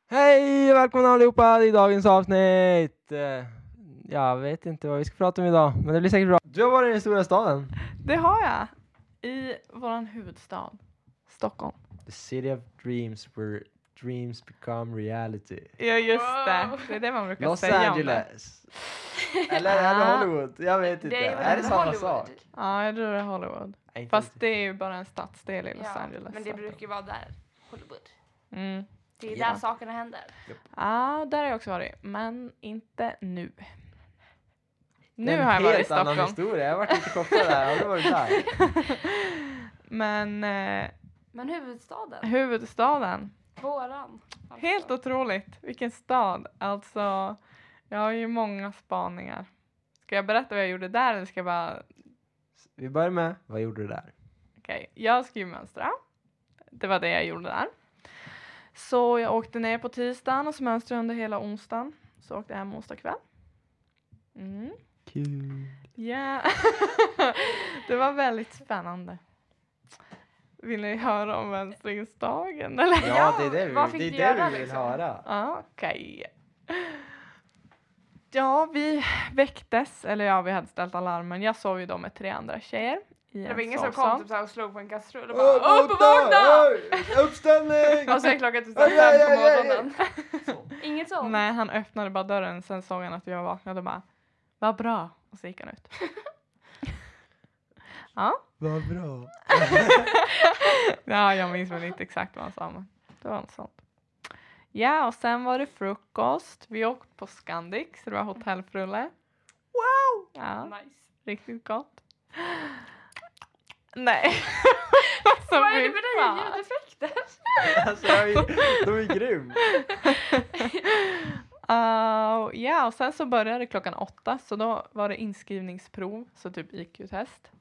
Hej och välkomna allihopa i dagens avsnitt. Jag vet inte vad vi ska prata om idag, men det blir säkert bra. Du har varit i den stora staden. Det har jag. I våran huvudstad. Stockholm. The city of dreams where dreams become reality. Ja, just det. Det är det man brukar Los säga Angeles. Eller är det Hollywood? Jag vet inte. Är det samma sak? Ja, jag tror det är Hollywood. Fast det är ju bara en stadsdel i Los Angeles. Men det brukar ju vara där. Hollywood. Mm. Det är där sakerna händer. Ja, där har jag också varit. Men inte nu. Nu har jag varit i Stockholm. En helt annan historia. Jag har varit lite kortare där. Har du varit där? Men huvudstaden. Huvudstaden. Våran. Alltså. Helt otroligt. Vilken stad. Alltså, jag har ju många spaningar. Ska jag berätta vad jag gjorde där eller ska jag bara... Vi börjar med, vad gjorde du där? Okej, jag skrivmönstra. Det var det jag gjorde där. Så jag åkte ner på tisdagen och så mönstrade under hela onsdagen. Så åkte jag hem onsdag kväll. Mm. Kul. Ja. Det var väldigt spännande. Vill ni höra om mönstringsdagen? Eller? Ja, det är det vad fick vi du göra, vill liksom? höra. Ja, okej. Ja, vi väcktes. Eller ja, vi hade ställt alarmen. Jag sov ju då med 3 andra tjejer. Det var ingen som kom typ såhär och slog på en kastrull och bara upp och vakna! Uppställning! Och så är klockan typ 5 på morgonen. Inget sånt. Nej, han öppnade bara dörren. Sen såg han att jag vaknade och bara, vad bra. Och så gick han ut. Ja. Vad bra. Ja, jag minns väl inte exakt vad han sa, men det var något sånt. Ja, och sen var det frukost. Vi åkte på Scandic, så det var hotellfrulle. Wow! Ja, Nice. riktigt gott. Nej. Vad är det med dig? Ljudeffekter? Alltså, de är grym. Ja, och sen så började det 8:00. Så då var det inskrivningsprov, så typ IQ-test.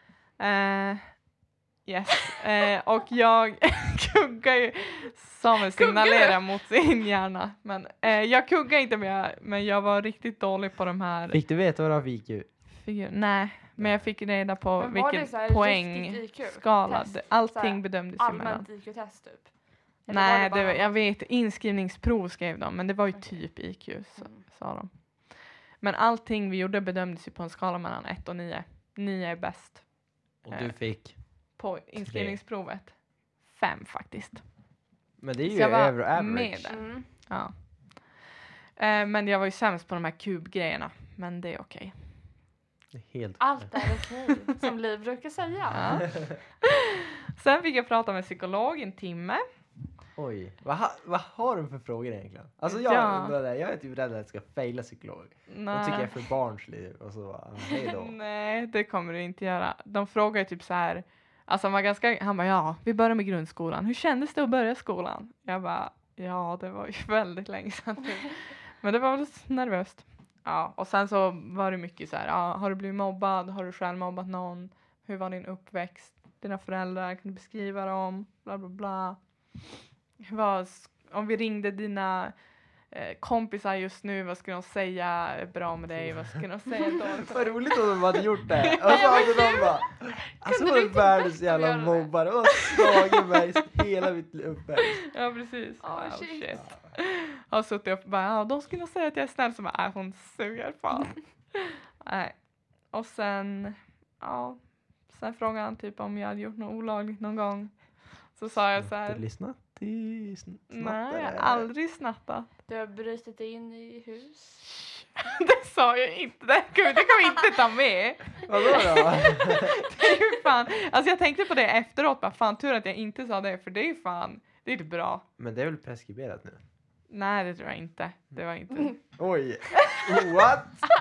Yes. Och jag kuggar ju Samuel signalerar mot sin hjärna. Men jag kuggar inte men jag var riktigt dålig på de här. Fick du veta vad du fick IQ? Nej, men jag fick reda på Men var det vilken så här poängskala. riktigt IQ? Allting bedömdes ju mellan. Allmänt IQ-test typ? Eller Nej, var det bara... jag vet. Inskrivningsprov skrev de. Men det var ju typ IQ, sa de. Men allting vi gjorde bedömdes ju på en skala mellan 1 och 9. 9 är bäst. Och du fick? På inskrivningsprovet 5 faktiskt. Men det är ju Så jag var över average. med där. Ja. Men jag var ju sämst på de här kubgrejerna. Men det är okej. Det är helt Allt är okej, som Liv brukar säga. Ja. Sen fick jag prata med psykolog 1 timme. Oj, vad har du för frågor egentligen? Alltså jag är typ rädd att jag ska faila psykolog. Nej. De tycker jag är för barnslig och så, hej då. Nej, det kommer du inte göra. De frågar ju typ så här. Alltså han bara, ja, vi börjar med grundskolan. Hur kändes det att börja skolan? Jag bara, ja, det var ju väldigt länge sedan. Typ. Men det var väl nervöst. Ja, och sen så var det mycket så här, ja, har du blivit mobbad? Har du själv mobbat någon? Hur var din uppväxt? Dina föräldrar, kan du beskriva dem? Bla bla bla. Om vi ringde dina kompisar just nu, vad skulle de säga är bra med dig? Vad skulle de säga dåligt? Vad roligt om de hade gjort det. Och så hade de bara, alltså var det världens jävla mobbare. Och slagit mig hela mitt uppväxt. Ja, precis. Oh, shit. Jag har suttit upp och bara, ja, de skulle nog säga att jag är snäll. Så bara, hon suger fan. Nej. Och sen, ja. Sen frågade han typ om jag hade gjort något olagligt någon gång. Så sa jag så här. Du lyssnat i Nej, jag har aldrig snattat. Du har brutit in i hus. Det sa jag inte. Det kan vi inte ta med. Vadå då? Det är ju fan. Alltså jag tänkte på det efteråt. Bara fan tur att jag inte sa det. För det är ju fan. Det är ju bra. Men det är väl preskriberat nu? Nej, det tror jag inte. Det var inte. Oj, what?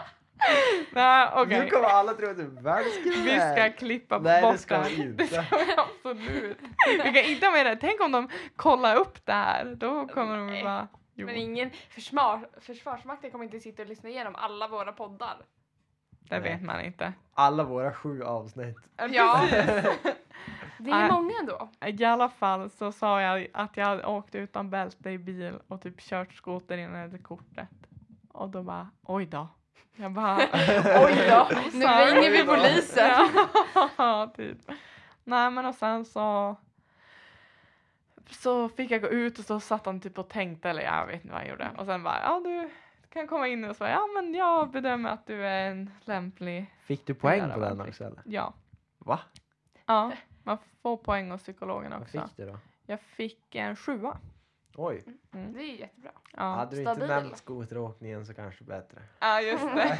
Nej, okej. Nu kommer alla tro att du är världsskriven. Vi ska klippa bort Nej, det ska det. vi inte. Det ska vi absolut. Vi kan inte ha med det. Tänk om de kollar upp det här. Då kommer de bara... Jo. Men ingen försvarsmakten kommer inte sitta och lyssna igenom alla våra poddar. Det vet man inte. Alla våra 7 avsnitt. Ja. Det är Nej. många ändå. I alla fall så sa jag att jag hade åkt utan bälte i bil och typ kört skoter innan jag hade kortet. Och då bara, oj då. Jag bara, Oj då, nu ringer vi polisen. Ja, typ. Nej, men och sen så så fick jag gå ut och så satt han typ och tänkte, eller jag vet inte vad han gjorde. Och sen bara, ja du kan komma in och så, ja men jag bedömer att du är en lämplig. Fick du poäng på den också eller? Ja. Va? Ja, man får poäng hos psykologen Vad också. fick du då? Jag fick en 7. Oj. Mm. Det är ju jättebra. Ja. Hade du inte Stabil. nämnt skoteråkningen så kanske bättre. Ja, just det.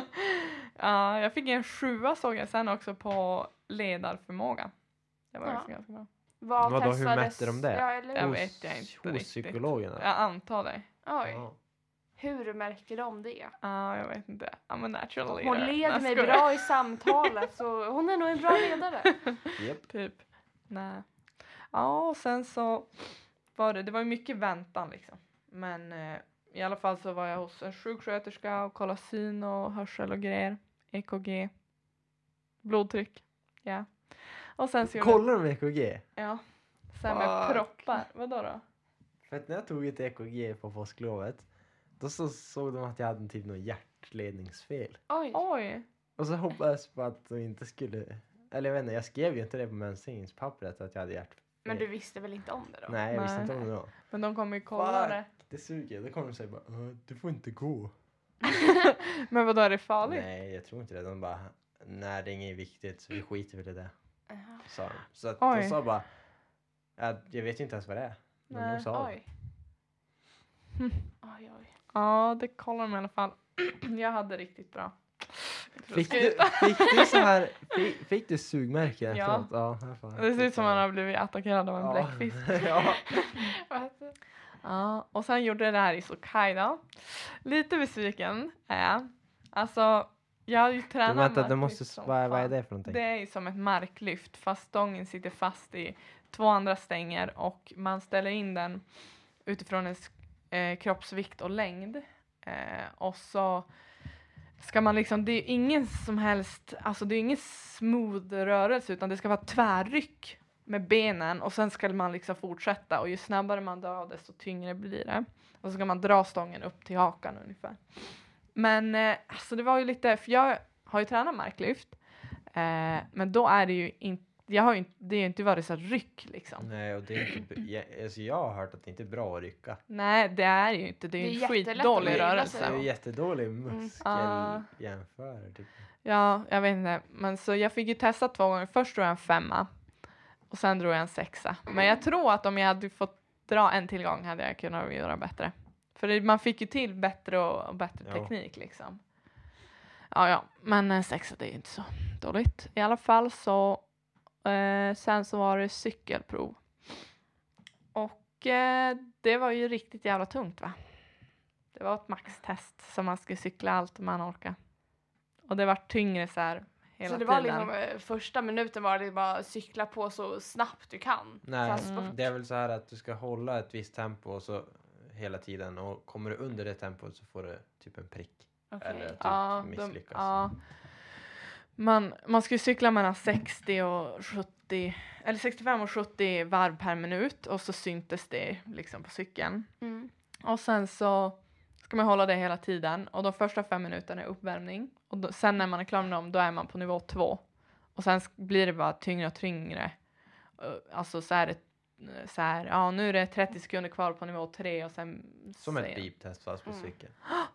Ja, jag fick en 7 såg jag sen också på ledarförmåga. Det var Ja. också ganska bra. Vad Hur testades? mätte de det? Ja, eller? Jag vet jag inte Hos riktigt. psykologen eller? Jag antar det. Oj, Ja. hur märker de det? Ja, jag vet inte. I'm a natural leader. Hon leder Nej, mig skojar. bra i samtalet så hon är nog en bra ledare. Japp. Typ. Nej. Ja, och sen så var det var ju mycket väntan liksom. Men i alla fall så var jag hos en sjuksköterska och kollade syn och hörsel och grejer. EKG. Blodtryck. Ja. Och sen så gjorde Kollar de EKG? ja. Sen med Fuck. proppar. Vadå då? För att när jag tog ett EKG på påsklovet, då såg de att jag hade typ något hjärtledningsfel. Oj. Oj. Och så hoppades jag på att de inte skulle, eller jag vet inte, jag skrev ju inte det på mönstringspappret att jag hade hjärtfel. Men du visste väl inte om det då? Nej, jag visste Nej. inte om det då. Men de kommer ju kolla Fuck. det. Det suger. Då kommer de säga bara, du får inte gå. Men vadå, är det farligt? Nej, jag tror inte det. De bara, nej det är inget viktigt så vi skiter väl i det. Jaha. Sa de. Så att Oj. de sa bara, jag vet inte ens vad det är. Men Nej. de sa Oj. Hm. Oj, oj. Ja, det kollar de i alla fall. Jag hade riktigt bra. Fick du så här, fick du sugmärken Ja. efteråt? Ja. Fan. Det ser ut som att man har blivit attackerad av en bläckfisk. Ja. Vad heter det? Ja, och sen gjorde jag det här i Hokkaido. Lite besviken är jag. Alltså, jag har ju tränat Vänta, marklyft du måste, som vad är fan. det för någonting? Det är ju som ett marklyft fast stången sitter fast i 2 andra stänger och man ställer in den utifrån ens kroppsvikt och längd. Och så ska man liksom, det är ingen som helst, alltså det är ingen smooth rörelse utan det ska vara tvärryck med benen och sen ska man liksom fortsätta och ju snabbare man drar desto tyngre blir det. Och så ska man dra stången upp till hakan ungefär. Men alltså det var ju lite, för jag har ju tränat marklyft men då är det ju inte, det har ju inte varit så ryck liksom. Nej, och det är inte, alltså jag har hört att det inte är bra att rycka. Nej, det är ju inte, det är Det är ju en jättelätt skitdålig att vrida rörelse. Det är sig. ju jättedålig muskeljämförare typ. Ja, jag vet inte. Men så jag fick ju testa 2 gånger. Först drog jag en 5 och sen drog jag en 6. Men jag tror att om jag hade fått dra en till gång hade jag kunnat göra bättre. För man fick ju till bättre och bättre Ja. teknik liksom. Ja, men 6 det är ju inte så dåligt. I alla fall så sen så var det cykelprov. Och det var ju riktigt jävla tungt va? Det var ett maxtest som man skulle cykla allt man orkar. Och det var tyngre så här hela Så det var tiden. liksom första minuten var det bara cykla på så snabbt du kan. Nej, Fast bort. det är väl så här att du ska hålla ett visst tempo och så hela tiden och kommer du under det tempot så får du typ en prick. Okej. Eller typ Ja, misslyckas. ja. Man skulle cykla mellan 60 och 70 eller 65 och 70 varv per minut och så syntes det liksom på cykeln. Mm. Och sen så ska man hålla det hela tiden och de första 5 minuterna är uppvärmning och sen när man är klar med dem då är man på nivå 2 och sen blir det bara tyngre och tyngre. Alltså så är det så här, ja nu är det 30 sekunder kvar på nivå 3 och sen Som ett beep-test fast på cykel.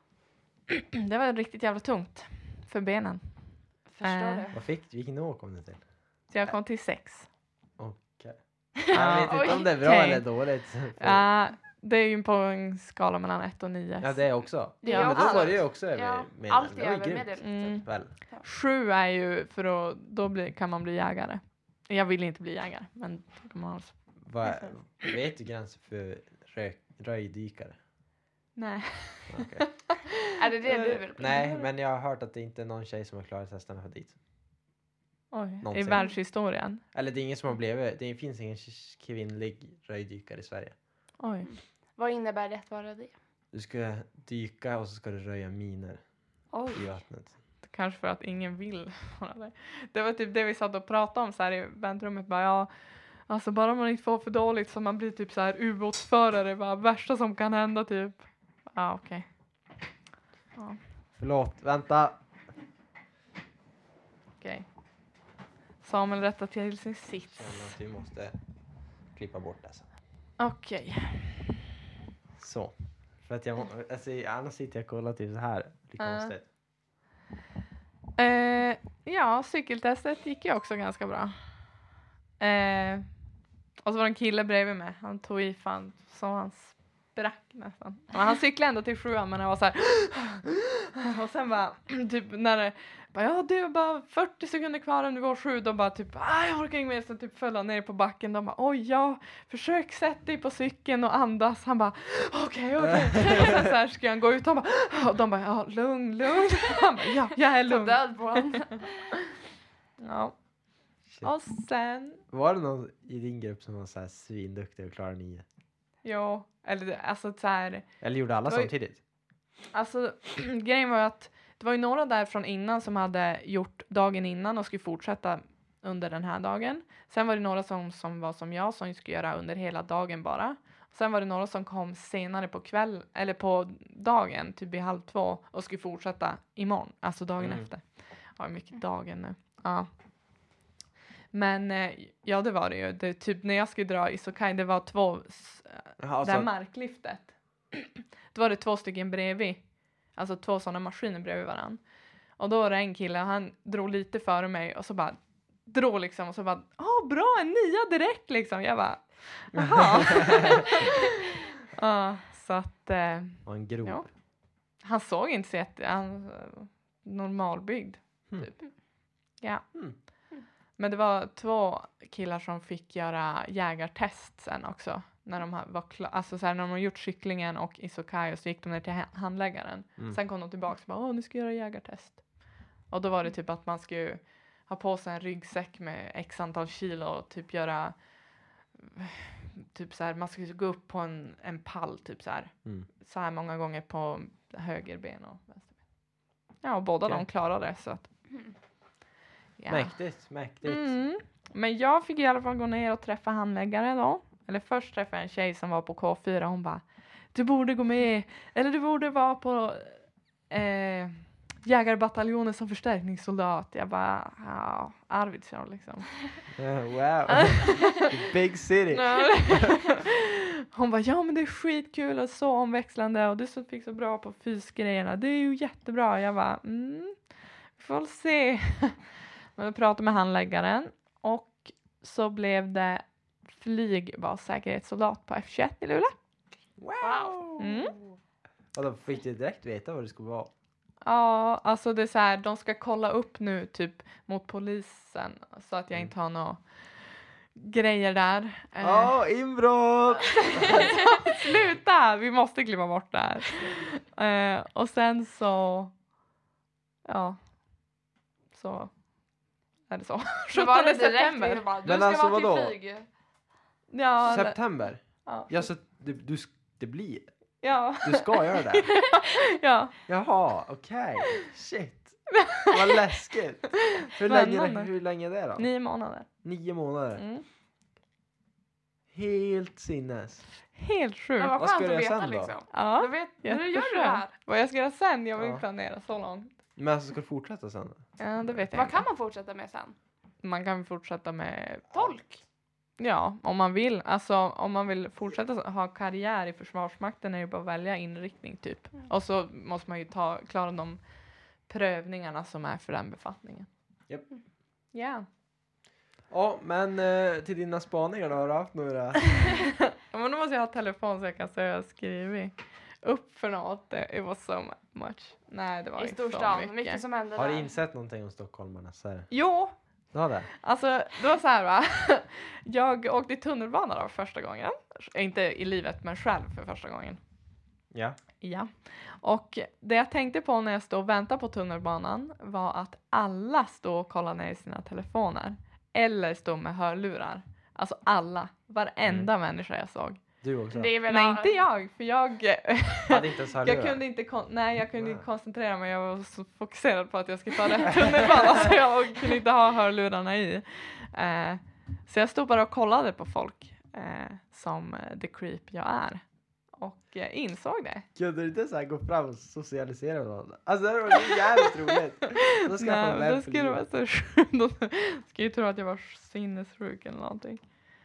Det var riktigt jävla tungt för benen. Förstår det. Vad fick du? Vilken nivå kom du till? Så jag kom till 6. Okej. Jag vet inte om det är bra Okej. eller dåligt. Det är ju på en skala mellan 1 och 9. Ja, det är också. Det är Ja, men också- då var det ju också Ja, över allt Det är var över grymt. medeln. Mm. Väl. 7 är ju för att kan man bli jägare. Jag vill inte bli jägare, men då kan man alltså. Vet du gränsen för röjdykare? Nej. Okej. Är det det du vill bli? Nej, men jag har hört att det inte är någon tjej som har klarat testerna för dit. Oj, i Någonsin. världshistorien. Eller det är ingen som har blivit. Det finns ingen kvinnlig röjdykare i Sverige. Oj. Vad innebär det att vara det? Du ska dyka och så ska du röja miner Oj. i vattnet. Kanske för att ingen vill vara det. Det var typ det vi satt och pratade om så här i väntrummet. Bara, ja, alltså bara man inte får för dåligt så man blir typ så här ubåtsförare. Bara värsta som kan hända typ. Ja, okej. Ja, Förlåt, vänta. okej. Samuel rättar till sin sits. Känner att vi måste klippa bort det sen. Okej. Så. För att annars sitter jag och kollar typ så här. Det är konstigt. Ja, cykeltestet gick ju också ganska bra. Och så var det en kille bredvid mig. Han tog i fan så han sprack nästan. Men han cyklade ändå till 7, men han var så här. Och sen bara typ när det bara, ja det är bara 40 sekunder kvar om du går 7, då bara typ jag orkar inte mer, så typ föll han ner på backen. De bara oj ja, försök sätta dig på cykeln och andas. Han bara okej. Och sen så här ska han gå ut och de bara ja lugn. Han bara ja, jag är lugn. Död på honom. Ja. Shit. Och sen Var det någon i din grupp som var så här svinduktig och klarade 9? ja, eller alltså så här. Eller gjorde alla Det var ju- samtidigt? Alltså grejen var att det var ju några där från innan som hade gjort dagen innan och skulle fortsätta under den här dagen. Sen var det några som var som jag som skulle göra under hela dagen bara. Sen var det några som kom senare på kväll eller på dagen typ vid 1:30 och skulle fortsätta imorgon, alltså dagen efter. Ja, mycket dagen nu. Ja. Men ja, det var det ju. Det, typ när jag skulle dra Isokai, det var 2 Jaha, det här marklyftet. Då var det 2 stycken bredvid. Alltså 2 sådana maskiner bredvid varann. Och då var det en kille, han drog lite före mig och så bara drog liksom och så bara, bra, en 9 direkt liksom. Jag bara, jaha. Ja, så att och en grop. ja. Han såg inte så han normalbyggd typ. Ja. Men det var 2 killar som fick göra jägartest sen också. När de var alltså så här, när de har gjort cyklingen och Isokai, och så gick de ner till handläggaren. Sen kom de tillbaka och bara, nu ska jag göra jägartest. Och då var det typ att man skulle ha på sig en ryggsäck med x antal kilo och typ göra typ så här, man skulle gå upp på en pall typ så här. Så här många gånger på höger ben och vänster ben. Ja, och båda de klarade det, så att ja. Mäktigt. Men jag fick i alla fall gå ner och träffa handläggare då. Eller först träffade jag en tjej som var på K4. Hon bara, du borde gå med. Eller du borde vara på jägarbataljonen som förstärkningssoldat. Jag bara, ja, Arvidsjaur liksom. Wow. Big city. Hon bara, ja men det är skitkul och så omväxlande. Och du fick så bra på fysgrejerna. Det är ju jättebra. Jag bara, vi får väl se. Men vi pratade med handläggaren. Och så blev det flygbasäkerhetssoldat på F21 i Luleå. Wow. Och då fick du direkt veta vad det skulle vara. Ja, alltså det är så här, de ska kolla upp nu typ mot polisen så att jag inte har några grejer där. Inbrott! Sluta, vi måste klippa bort det här. Och sen så så är det så. 17 september. Bara, du Men ska alltså, vara till vadå? flyg. Ja, September? ja. Ja, så det blir... Ja. Du ska göra det? Ja. Jaha, okej. Shit. Vad läskigt. Hur länge är det då? 9 månader. 9 månader. Mm. Helt sinnes. Helt sjukt. Ja, Vad vad ska skönt du att göra veta sen då? liksom. Ja, Du vet, nu gör du det här. Vad jag ska göra sen, jag vill Ja. planera så långt. Men alltså, ska du fortsätta sen? Ja, det vet jag Vad inte. kan man fortsätta med sen? Man kan fortsätta med Tolk? ja, om man vill. Alltså om man vill fortsätta ha karriär i Försvarsmakten är det bara att välja inriktning typ. Och så måste man ju klara de prövningarna som är för den befattningen. Japp. Ja. Ja, men till dina spaningar då, har du haft några? Men då måste jag ha telefon så jag kan säga jag skrivit upp för något. It was so much. Nej, det var I inte så storstan. mycket. Mycket som händer Har du där. insett någonting om stockholmarna? Så här. Jo, Du har det? alltså det var så här va. Jag åkte i tunnelbana då första gången. Inte i livet men själv för första gången. Ja. Ja. Och det jag tänkte på när jag stod och väntade på tunnelbanan var att alla stod och kollade ner i sina telefoner. Eller stod med hörlurar. Alltså alla. Varenda människa jag såg. Du också? Det är väl Nej, inte jag. För jag Hade inte ens hörlurar? jag kunde inte inte koncentrera mig. Jag var så fokuserad på att jag skulle ta rätt tunnelbana. Så jag kunde inte ha hörlurarna i. Så jag stod bara och kollade på folk. Som the creep jag är. Och insåg det. Kunde du inte så här gå fram och socialisera med någon? Alltså det var ju jävligt roligt. Då ska jag få Nej, vem då för skulle det vara livet. så sjukt. Då skulle jag tro att jag var sinnessjuk eller någonting.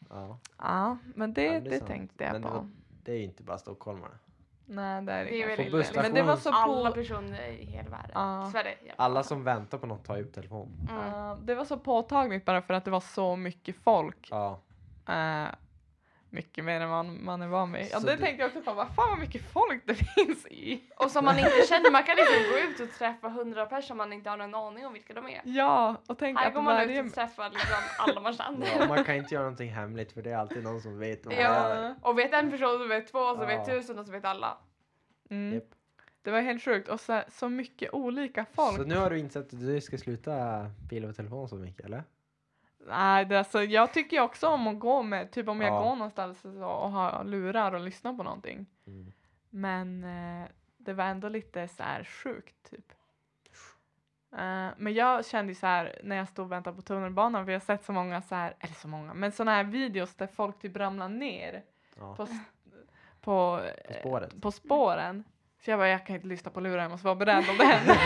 Ja. Ja, men det, Ja, det sant. tänkte jag Men på. Det är ju inte bara stockholmare. Nej, det är Det är kanske väl inte. Men det var så alla på... personer i hela världen. Ja. Sverige. Alla som väntar på något tar upp telefonen. Det var så påtagligt bara för att det var så mycket folk. Ja. Mycket mer än man är van med. Ja, Så det tänkte jag också på. Vad fan vad mycket folk det finns i. Och som man inte känner, man kan liksom gå ut och träffa 100 personer som man inte har någon aning om vilka de är. Ja, och tänk Här att går man varje... ut och träffar liksom alla man känner. Ja, man kan inte göra någonting hemligt för det är alltid någon som vet vad man Ja, gör. och vet en person så vet två, så Ja. vet 1000 och så vet alla. Mm. Det var helt sjukt. Och så mycket olika folk. Så nu har du insett att du ska sluta pilla på telefon så mycket, eller? Nej, alltså, jag tycker ju också om att gå med, typ om jag Ja. går någonstans och har lurar och lyssnar på någonting. Mm. Men det var ändå lite så här sjukt typ. Men jag kände så här när jag stod och väntade på tunnelbanan, för jag har sett så många så här, eller så många, men såna här videos där folk typ ramlar ner Ja. på spåret. på spåren. Så jag bara, jag kan inte lyssna på lurar, jag måste vara beredd om det händer.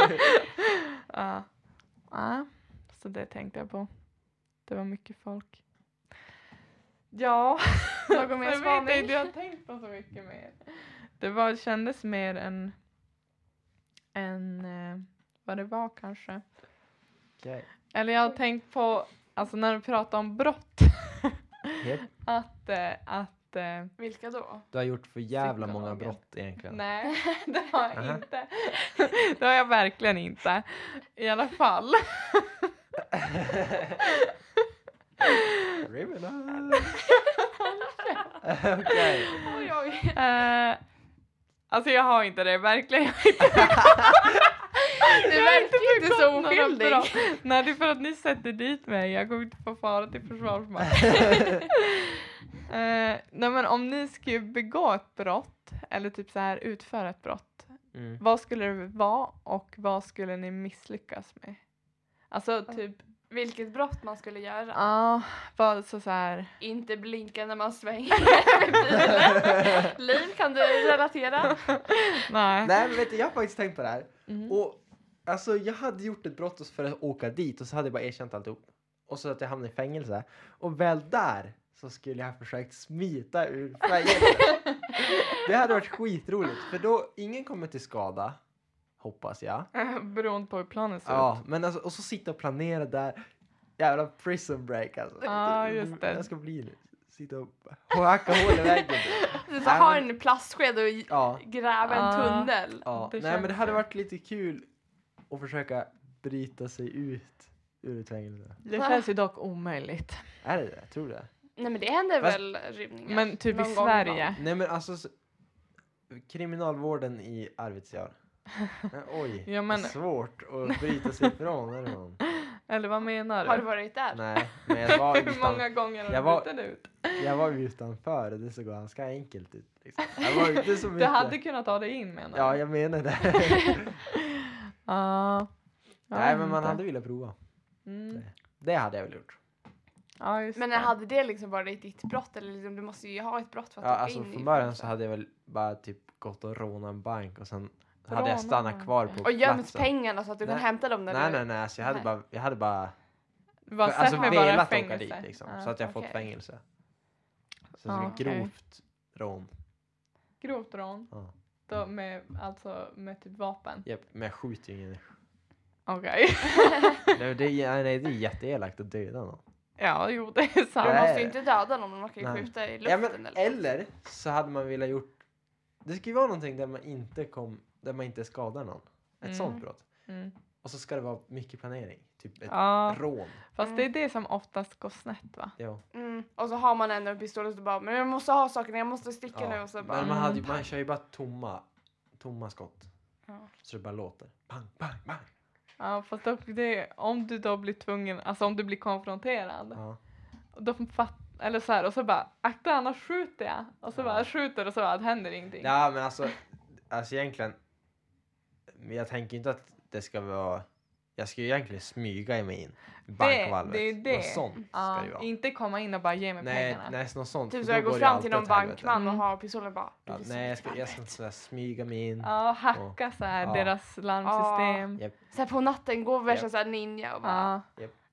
Så det tänkte jag på. Det var mycket folk. Ja. Någon mer jag vet spaning? inte, jag har tänkt på så mycket mer. Det kändes mer än vad det var kanske. Okej. Eller jag har tänkt på, alltså när du pratar om brott. Japp. att Vilka då? Du har gjort för jävla Psykologen. många brott egentligen. nej, det har jag Aha. inte. Det har jag verkligen inte. I alla fall. Criminal. Okej. Oj, oj. Alltså jag har inte det, verkligen. Du verkar inte så begått några oskyldig. brott. Nej, det är för att ni sätter dit mig. Jag kommer inte få fara till försvarsmakten. Nej, men om ni skulle begå ett brott eller typ så här utföra ett brott, Mm. vad skulle det vara och vad skulle ni misslyckas med? Alltså typ, Vilket brott man skulle göra. ja, vad så här. Inte blinka när man svänger med bilen. Liv, kan du relatera? Nej. Nej, men vet du, jag har faktiskt tänkt på det här. Mm. Och alltså, jag hade gjort ett brott för att åka dit och så hade jag bara erkänt alltihop. Och så att jag hamnade i fängelse. Och väl där så skulle jag ha försökt smita ur fängelse. Det hade varit skitroligt. För då, ingen kommer till skada. Hoppas jag. Beroende på hur planen ser ut. Ja, men alltså, och så sitta och planera där. Jävla prison break alltså. Ja, just det. Jag ska bli nu. Sitta och hacka hål i väggen. Du får ha en plastsked och Ja. gräva en tunnel. Ja. Det Nej, men det känns hade så. varit lite kul att försöka bryta sig ut ur ett fängelse. Det känns ju dock omöjligt. Är det det? Tror du det? Nej, men det händer Fast- väl rymningar. Men typ i någon gång Sverige. ibland. Nej, men alltså kriminalvården i Arvidsjaur. Oj, Ja, men- svårt att bryta sig ifrån. Är det någon? Eller vad menar du? Har du varit där? Nej, men jag var, Hur många gånger har Jag du var- brutit ut? jag var utanför och det såg ganska enkelt ut. Liksom. Jag var inte så Du mycket. hade kunnat ta dig in, menar Ja, du? jag menar det. Ja. Nej, men man hade velat prova. Mm. Det hade jag väl gjort. Ja, just Men det. hade det liksom varit ditt brott? Eller liksom, du måste ju ha ett brott för att Ja, åka alltså in från i början fängelse. så hade jag väl bara typ gått och rånat en bank och sen hade jag Råna stannat kvar på Och gömt platsen. pengarna så att du kan Nej. hämta dem när Nej, du... nej, nej. Alltså Nej. jag hade bara Bara för- sätt alltså mig bara i velat åka fängelse. dit liksom. Ja. Så att jag fått okej. fängelse. Så Ja, det okej. grovt rån. Grovt rån. Ja. Då med typ vapen. Japp, men jag skjuter ju ingen. Okej. Nej, det är jätteelakt att döda någon. Ja, jo, det är sant. Man Nej. måste ju inte döda någon, man kan ju Nej. skjuta i Ja, luften men, eller eller så hade man velat gjort. Det ska ju vara någonting där man inte skadar någon. Ett Mm. sånt brott. Mm. Och så ska det vara mycket planering. Typ ett Ja, rån. fast det är det som oftast går snett, va? Ja. Och så har man ändå en pistol och så bara, men jag måste ha sakerna, jag måste sticka nu och så bara... Men man kör ju bara tomma skott. Ja. Så det bara låter. Bang, bang, bang. Ja, fast dock om du då blir tvungen, alltså om du blir konfronterad, Ja. då eller så här, och så bara, akta annars skjuter jag. Och så Ja. bara skjuter och så bara, det händer ingenting. Ja, men alltså egentligen. Men jag tänker inte att det ska vara. Jag ska ju egentligen smyga mig in i bankvalvet. det är det. Något sånt ska Ja, det ju vara. inte komma in och bara ge mig Nej, pengarna. nej, något sånt. Typ för så då jag går det fram alltid till någon åt helvete. bankman och Mm. har pistolen bara... Ja, "Du nej, ser jag ska så här smyga mig in. Ja, hacka så här Ja. deras larmsystem. Japp. Så här på natten går värsta så här ninja och bara... Ja. Japp.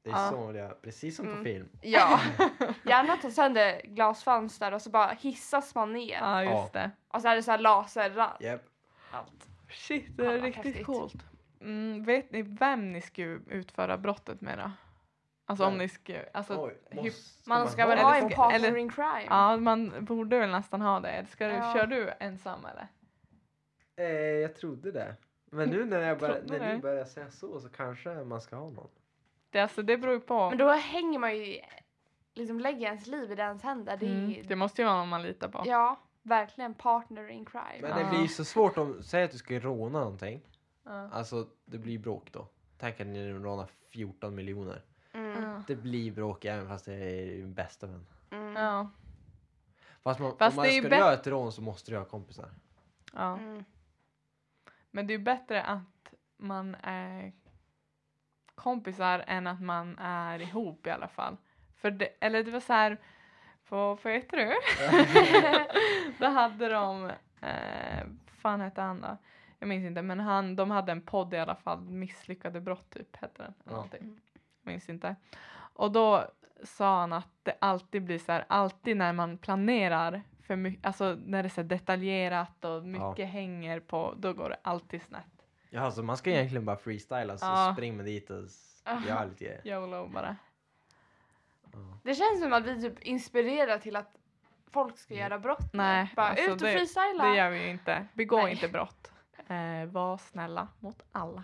Det är så det är, precis som på film. Ja. Gärna ta sönder glasfönster och så bara hissas man ner. Ja, just Ja. det. Och så är det så här laserrad. Japp. Allt. Shit, det är Fan, vad riktigt häftigt. coolt. Vet ni vem ni ska utföra brottet med då? Alltså om Vem? ni ska... Alltså, Oj, Man ska väl ha ha en en partner partner in crime. ja, man borde väl nästan ha det. Kör du ensam eller? Jag trodde det. Men nu när Trodde ni det. börjar säga så kanske man ska ha någon. Det beror ju på. Men då hänger man ju, liksom lägger ens liv i dens händer. Det är, Det måste ju vara någon man litar på. ja, verkligen partner in crime. Men Ja. det blir ju så svårt om, säg att du ska råna någonting. Ja. Alltså det blir bråk då. Tänk att ni rånar 14 miljoner. Mm. Det blir bråk även fast det är din bästa vän. Mm. Ja. Fast Fast om man det är ju ska bättre- göra ett rån så måste du ha kompisar. Ja. Mm. Men det är ju bättre att man är kompisar än att man är ihop i alla fall. För det var så här på vet du? Då hade de fan hette han då? Jag minns inte, men de hade en podd i alla fall, Misslyckade brott typ hette den. Ja. Någonting. Jag minns inte. Och då sa han att det alltid blir så här, alltid när man planerar för mycket, alltså när det är så här detaljerat och mycket hänger på, då går det alltid snett. Ja, alltså man ska egentligen bara freestyla så Ja. spring med dit och göra lite grejer. YOLO bara. Det känns som att vi typ inspirerar till att folk ska göra brott. Nej, Bara alltså ut och freestyla. Det gör vi ju inte. Begå Nej. inte brott. Var snälla mot alla.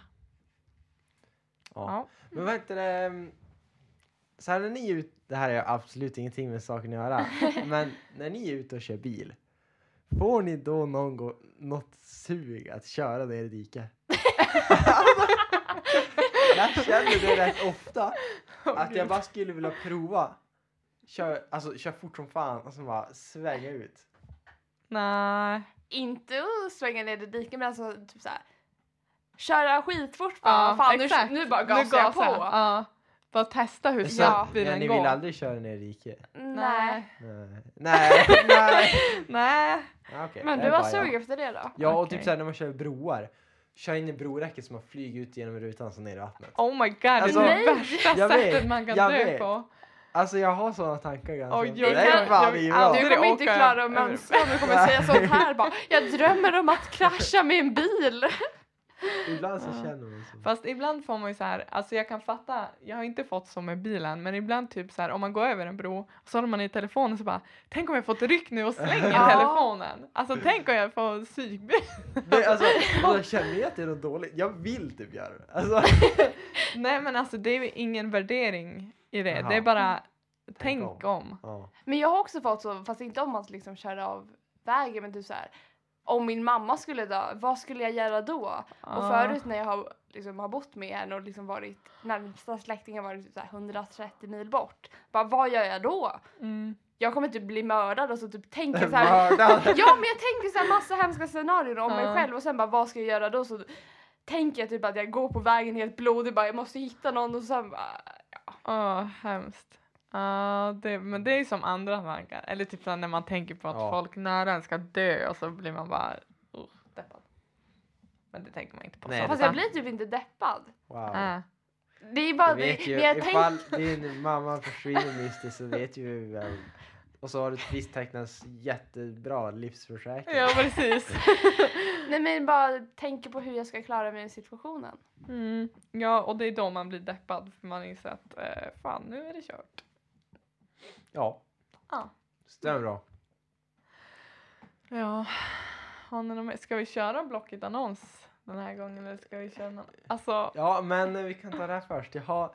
Ja. Men vad heter det? Så här när ni är ute, det här är absolut ingenting med saken att göra. Men när ni är ute och kör bil. Får ni då något sug att köra ner i diket? Jag känner det rätt ofta. Att jag bara skulle vilja prova. Kör fort som fan och så bara svänga ut. Nej. Inte att svänga ner i diket, men alltså typ såhär. Köra skitfort bara. Fan, nu bara gasar jag på. Ja. Bara testa hur Ja. snabbt Men bilen ni går. vill aldrig köra ner i diket? Nej. Nej. Nej. Ja, okej. Men Det du är har bara jag. sug efter det då? Ja, och Okej. typ såhär när man kör broar. Kör in i broräcket så man flyger ut genom rutan så ner i vattnet. Oh my god, Alltså, det är nej. det värsta Jag vet, sättet man kan jag dö vet. på. Alltså jag har sådana tankar ganska. Oj, Det är jag- fan jag- bra. aldrig- Du kommer inte åka klara att över- mönstra om du kommer säga sånt här bara. Jag drömmer om att krascha med en bil. Ibland så känner man så. Fast ibland får man ju så här, alltså jag kan fatta, jag har inte fått så med bilen, men ibland typ så här, om man går över en bro och så har man i telefonen så bara, tänk om jag får ett ryck nu och slänger Ja. telefonen. Alltså tänk om jag får psykbild. Alltså, jag känner ju att det är något dåligt. Jag vill typ göra det. Alltså, Nej men alltså det är ju ingen värdering i det, Jaha. det är bara tänk om. ja. Men jag har också fått så, fast inte om att liksom köra av vägen, men typ så här. Om min mamma skulle dö, vad skulle jag göra då? Och förut när jag har bott med henne och liksom varit, närmsta släktingen varit typ så här 130 mil bort. Bara, vad gör jag då? Mm. Jag kommer typ bli mördad och så typ tänker så här. Mördad. Ja, men jag tänker så här massa hemska scenarier om mig Ja. själv och sen bara, vad ska jag göra då? Så tänker jag typ att jag går på vägen helt blodig, bara jag måste hitta någon och sen bara, Hemskt. Ja, men det är ju som andra tankar. Eller typ så här när man tänker på att Ja. folk nära en ska dö och så blir man bara deppad. Men det tänker man inte på. Nej, så fast ofta. jag blir typ inte deppad. Wow. Det är bara Jag vet ju, det jag ifall din mamma försvinner mystiskt så vet ju väl. Och så har du fristecknat jättebra livsförsäkring. Ja, precis. Nej, men bara tänker på hur jag ska klara mig i situationen. Ja, och det är då man blir deppad för man inser att fan, nu är det kört. Ja. Ja. Stämmer bra. Ja. Har ni något mer? Ska vi köra Blocket annons den här gången eller ska vi köra någon? Alltså, Ja, men vi kan ta det här först. Jag har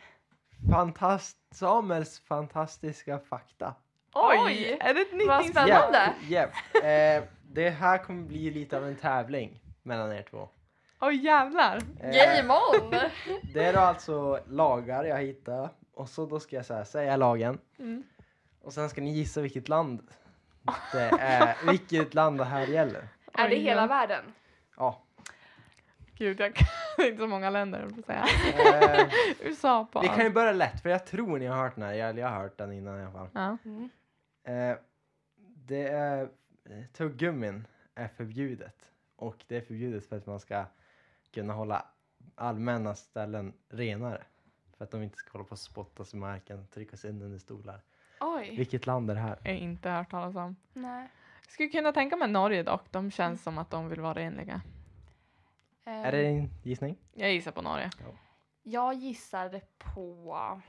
Samuels fantastiska fakta. oj! Är det ett nytt Vad inslag? spännande. Japp. Det här kommer bli lite av en tävling mellan er två. Oj, jävlar! Game on! Det är då alltså lagar jag hittar. Och så då ska jag säga lagen. Mm. Och sen ska ni gissa vilket land det är, vilket land det här gäller. Är det Oj, hela ja. världen? Ja. Gud, jag kan inte så många länder, jag får säga. Eh, USA på vi kan ju allt. börja lätt, för jag tror ni har hört den här. Jag har hört den innan i alla fall. Ja. Mm. Det är tuggummin är förbjudet. Och det är förbjudet för att man ska kunna hålla allmänna ställen renare. För att de inte ska hålla på och spottas i marken, tryckas in under stolar. Oj. Vilket land är det här? Jag har inte hört talas om. Nej. Skulle kunna tänka mig Norge dock. De känns som att de vill vara renliga. Är det din gissning? Jag gissar på Norge. Jag gissade på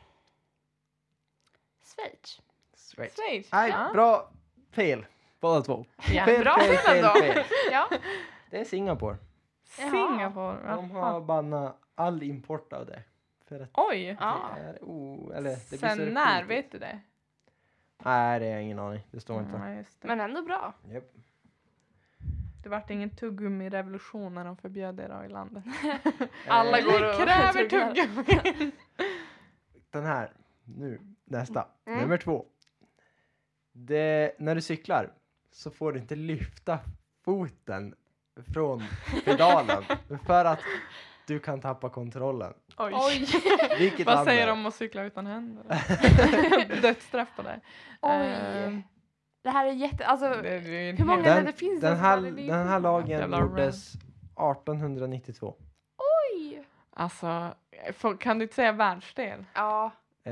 Schweiz. Schweiz. Nej, Ja. bra. Fel. Båda två. Ja. Bra fel ändå. Ja. Det är Singapore. Singapore. De Jaha. har bannat all import av det. För att Oj. Ja. det är eller det blir Sen så när, skitigt. vet du det? Nej, det har jag ingen aning. Det står inte. Ja, just det. Men ändå bra. Japp. Det vart ingen tuggummi-revolution när de förbjöd det då i landet. Alla går och Kräver tuggar. tuggummi. Den här. Nu. Nästa. Mm. Nummer 2. När du cyklar så får du inte lyfta foten från pedalen. för att du kan tappa kontrollen. Oj. Oj. Vilket Vad land säger är? de om att cykla utan händer? Dödsstraff på det. Oj. Det här är jätte... Alltså, Det är ju en hur många helt- länder finns det? Den här, som hade det? den här lagen Jävla gjordes 1892. Oj. Alltså, kan du inte säga världsdel? Ja.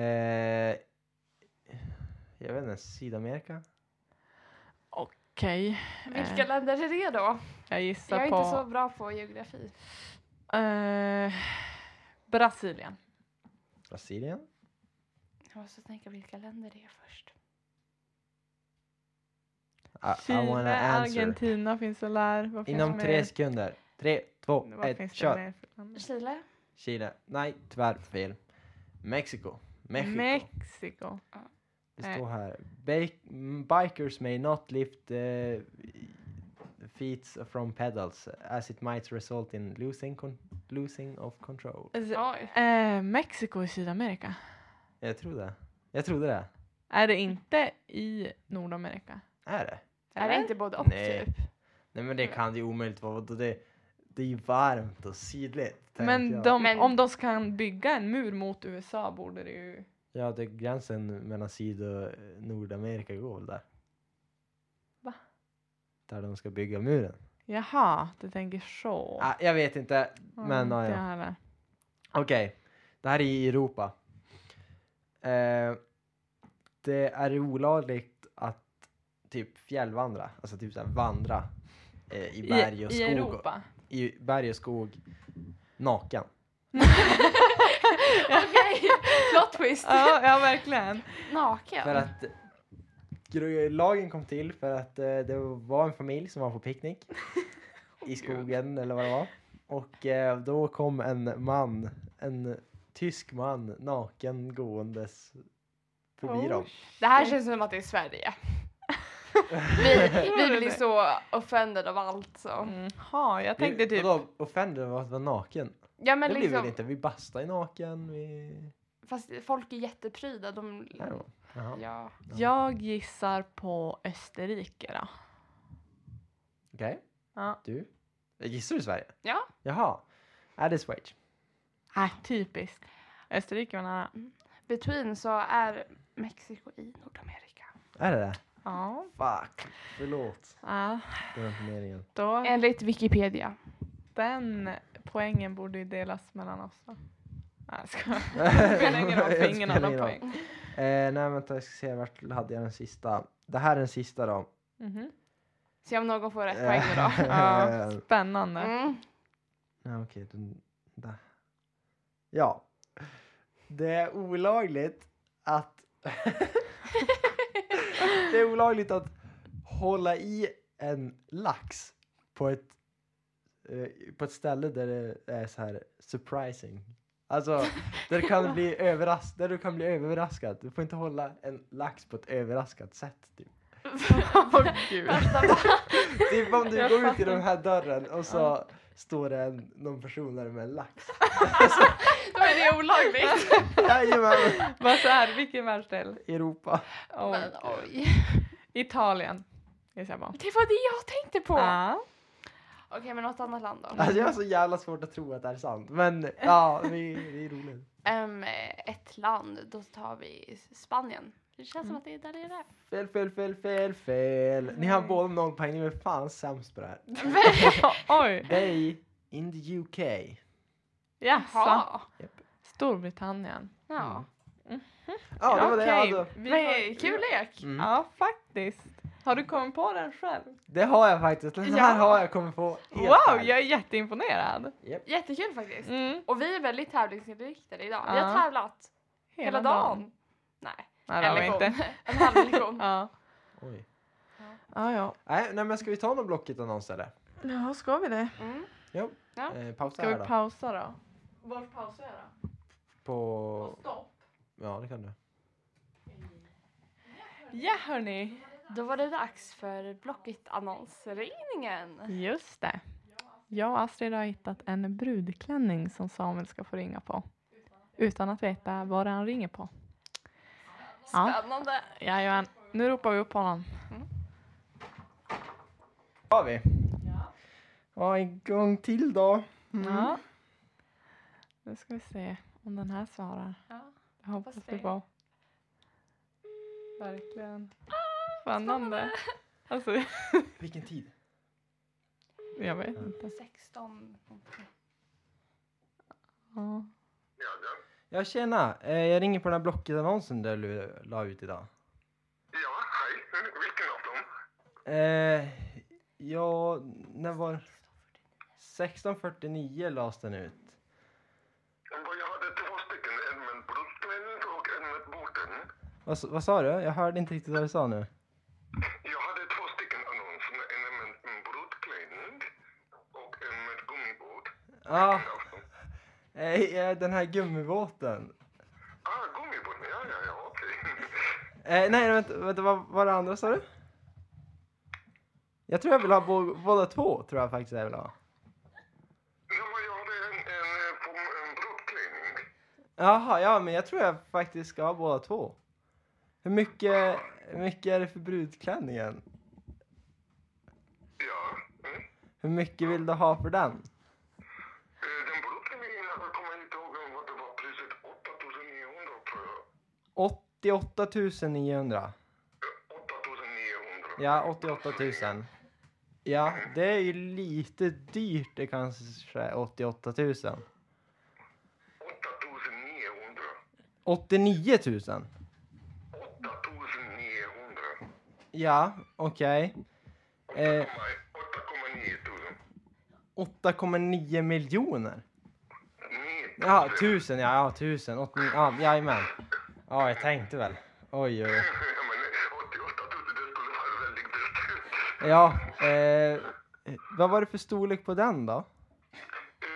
Jag vet inte, Sydamerika? Okej. Vilka länder är det då? Jag gissar Jag är på inte så bra på geografi. Brasilien. Brasilien? Jag måste tänka vilka länder det är först. I wanna Chile, answer. Argentina finns det där. Vad finns Inom mer? 3 sekunder. 3, 2, Vad 1, finns det kör. mer för länder? Chile? Chile. Nej, tyvärr fel. Mexiko. Mexiko. Det står här. Bikers may not lift feet from pedals as it might result in losing of control. Oj. Mexiko i Sydamerika. Jag trodde det. Är det inte i Nordamerika? Är det? Är det Eller? inte både och Nej. typ? Nej, men det kan ju omöjligt vara. Det är ju varmt och sydligt. Men, tänker jag. Men- om de kan bygga en mur mot USA borde det ju... Ja, det är gränsen mellan Syd- och Nordamerika går väl där. Va? Där de ska bygga muren. Jaha, du tänker så. Jag vet inte, men inte jag ja. heller. Okej, det här är i Europa. Det är olagligt att typ fjällvandra, alltså typ så här vandra i berg och I skog. Europa. I berg och skog naken. Okej, plot twist. Ja, verkligen. Naken. För att lagen kom till för att det var en familj som var på picknick i skogen eller vad det var. Och då kom en tysk man naken gåendes förbi dem. Det här känns som att det är Sverige. vi blir så offended av allt så. Ja, jag tänkte typ... Vadå, offender av att vara naken? Ja men Det blir väl liksom, inte, vi bastar i naken, fast folk är jättepryda. De, Jaha. ja. Jag gissar på Österrike då. Okej, Ja. du? Gissar du Sverige? Ja. Jaha, är det Schweiz? Typiskt. Österrike var nära. Between så är Mexiko i Nordamerika. Är det det? Ja. Fuck, förlåt. Ja, Det var inte meningen. då... Enligt Wikipedia. Den poängen borde ju delas mellan oss då. Nej, jag skojar. Det spelar ingen roll, för ingen annan poäng. Nej, vänta, jag ska se vart hade jag den sista. Det här är den sista då. Mhm. Se om någon får rätt poäng nu då. Ja, spännande. Mm. Ja, okej. Ja. Det är olagligt att det är olagligt att hålla i en lax på ett ställe där det är så här surprising. Alltså, där du kan bli överraskad. Du får inte hålla en lax på ett överraskat sätt. Typ, Gud. typ om du Jag går ut i fattar. den här dörren och så står det någon person där med en lax. Då är det olagligt. Jajamän. Vad så här, vilken världsdel? Europa. Men oj. Italien. Gissar jag på. Det var det jag tänkte på. Ja. Okej, men något annat land då? Alltså jag har så jävla svårt att tro att det är sant. Men ja, det är roligt. Ett land, då tar vi Spanien. Det känns som att det är där det är. Fel. Ni har båda 0 poäng. Ni är fan sämst på det här. Oj. They in the UK. Jaså. Jaha. Storbritannien. Ja. Ja, det var det jag okej. hade. Vi Men har- kul lek. Mm. Ja, faktiskt. Har du kommit på den själv? Det har jag faktiskt. Den här Ja. har jag kommit på helt Wow, själv. jag är jätteimponerad. Jättekul faktiskt. Mm. Och vi är väldigt tävlingsinriktade idag. Vi Ja. har tävlat hela dagen. Nej, Nej, det har vi lektion. inte. En halv lektion. Ja. Oj. Ja. Nej, men ska vi ta någon blocket annons eller? Ja, ska vi det? Mm. Jo. Ja. Pausa Ska här vi då. pausa då? Var pausar jag då? På... Stopp. Ja, det kan du. Ja, hörni. Då var det dags för Blocket annonsringningen. Just det. Jag och Astrid har hittat en brudklänning som Samuel ska få ringa på. Utan att veta vad han ringer på. Ja. Spännande. Jajamän. Nu ropar vi upp honom. Har vi? Ja, en gång till då. Mm. Ja. Nu ska vi se om den här svarar. Ja. Jag hoppas Hoppas det det. på. Verkligen. Spännande. Alltså, Vilken tid? jag vet inte. 16. Ja. Ja, tjena. Jag ringer på den här blocket-annonsen du la ut idag. Ja, hej. Vilken av dem? Ja, när var 16:49 lades den ut. Jag hade 2 stycken, en med brudklänning och en med båten. Vad sa du? Jag hörde inte riktigt vad du sa nu. Jag hade 2 stycken annonser, en med en brudklänning och en med gummibåt. Ja, Vilken av dem? den här gummibåten. Gummibåten, ja, okej. Nej, vänta, vad var det andra sa du? Jag tror jag vill ha båda två, tror jag faktiskt jag vill ha. Ja, men jag hade en brudklänning. Jaha, ja, men jag tror jag faktiskt ska ha båda två. Hur mycket är det för brudklänningen? Ja. Hur mycket vill du ha för den? Den brudklänningen, jag kommer inte ihåg vad det var priset. 8 900 tror jag. 88 900. 8 900. Ja, 88 000. Ja, det är ju lite dyrt det kanske, 88 000. 8 900. 89 000. 8 900. Ja, okej. 8,9 000. 8,9 miljoner. 9 Ja, 1000, ja, 1000. Ja, jajamän. Ja, jag tänkte väl. Oj, oj. Ja, men 88 000, det skulle vara väldigt dyrt. Ja, vad var det för storlek på den då? Det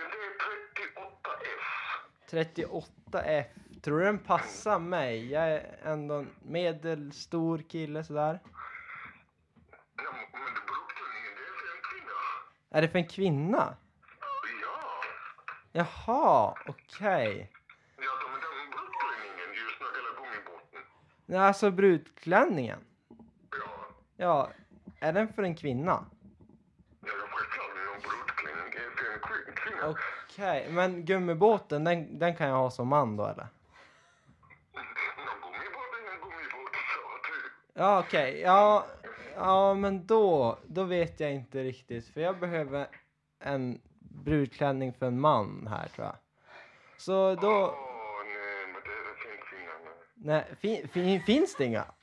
är 38F. 38F. Tror du den passar mig? Jag är ändå en medelstor kille sådär. Ja, men brudklänningen, det är för en kvinna. Är det för en kvinna? Ja. Jaha, okej. Ja, men den brudklänningen just nu, eller gummibåten. Nej, alltså brudklänningen. Ja. Ja, är den för en kvinna? Ja, jag förstår någon brudklänning är för en kvinna. Okej, men gummibåten, den kan jag ha som man då eller? Någon gummibåt är en gummibåt, så du. Ja, okej. Ja, men då vet jag inte riktigt. För jag behöver en brudklänning för en man här, tror jag. Så då... Nej, men det är för en kvinna. Nej, finns det inga?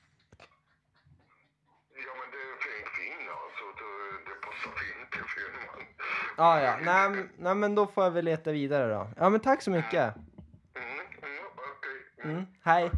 Ja, men det är för en kvinna, så det passar inte för en man. Ja. Nej, men då får jag väl leta vidare då. Ja, men tack så mycket. Okej. Hej.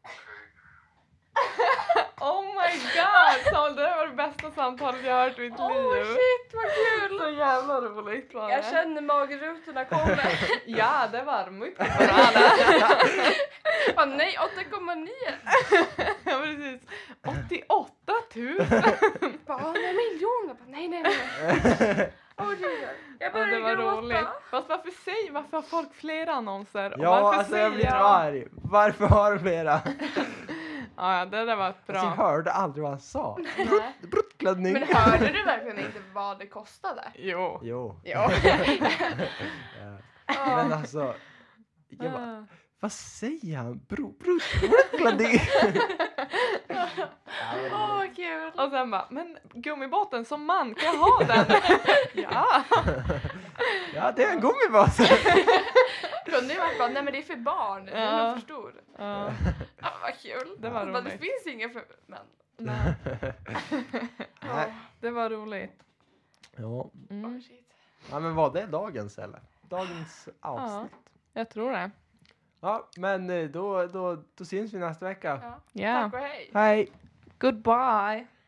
Oh my god! Samuel, det var det bästa samtalet jag har hört i mitt liv. Shit, vad kul! Så jävla roligt var det. Jag känner magrutorna kommer. Ja, det var mycket bra. Bara, nej, 8,9. Ja, precis. 88 000. Bara, nej, miljoner. Bara, nej. Åh, gud. Jag Ja, börjar det var gråta. roligt. Fast varför har folk flera annonser? Och Ja, varför alltså jag blir säger så de- arg. Varför har du flera? Ja, det där var Alltså, bra. jag hörde aldrig vad han sa. Nej. Brudklänning. Men hörde du verkligen inte vad det kostade? Jo. Jo. Ja. Ja. Men alltså... Jag bara, vad säger han? Brudklänning. Åh, vad kul. Och sen bara, men gummibåten som man, kan jag ha den? Ja. Ja, det är en gummibåt. Kunde ju varit bara, nej men det är för barn, det är nog för stor. Ja, Ja, vad kul. det var Bara, det roligt. finns inga för män. Nej, Nej. det var roligt. Ja. Oh, shit. Ja, men var det dagens eller? Dagens avsnitt. Jag tror det. Ja, men då syns vi nästa vecka. Ja. Ja. Tack och hej. Hej! Goodbye.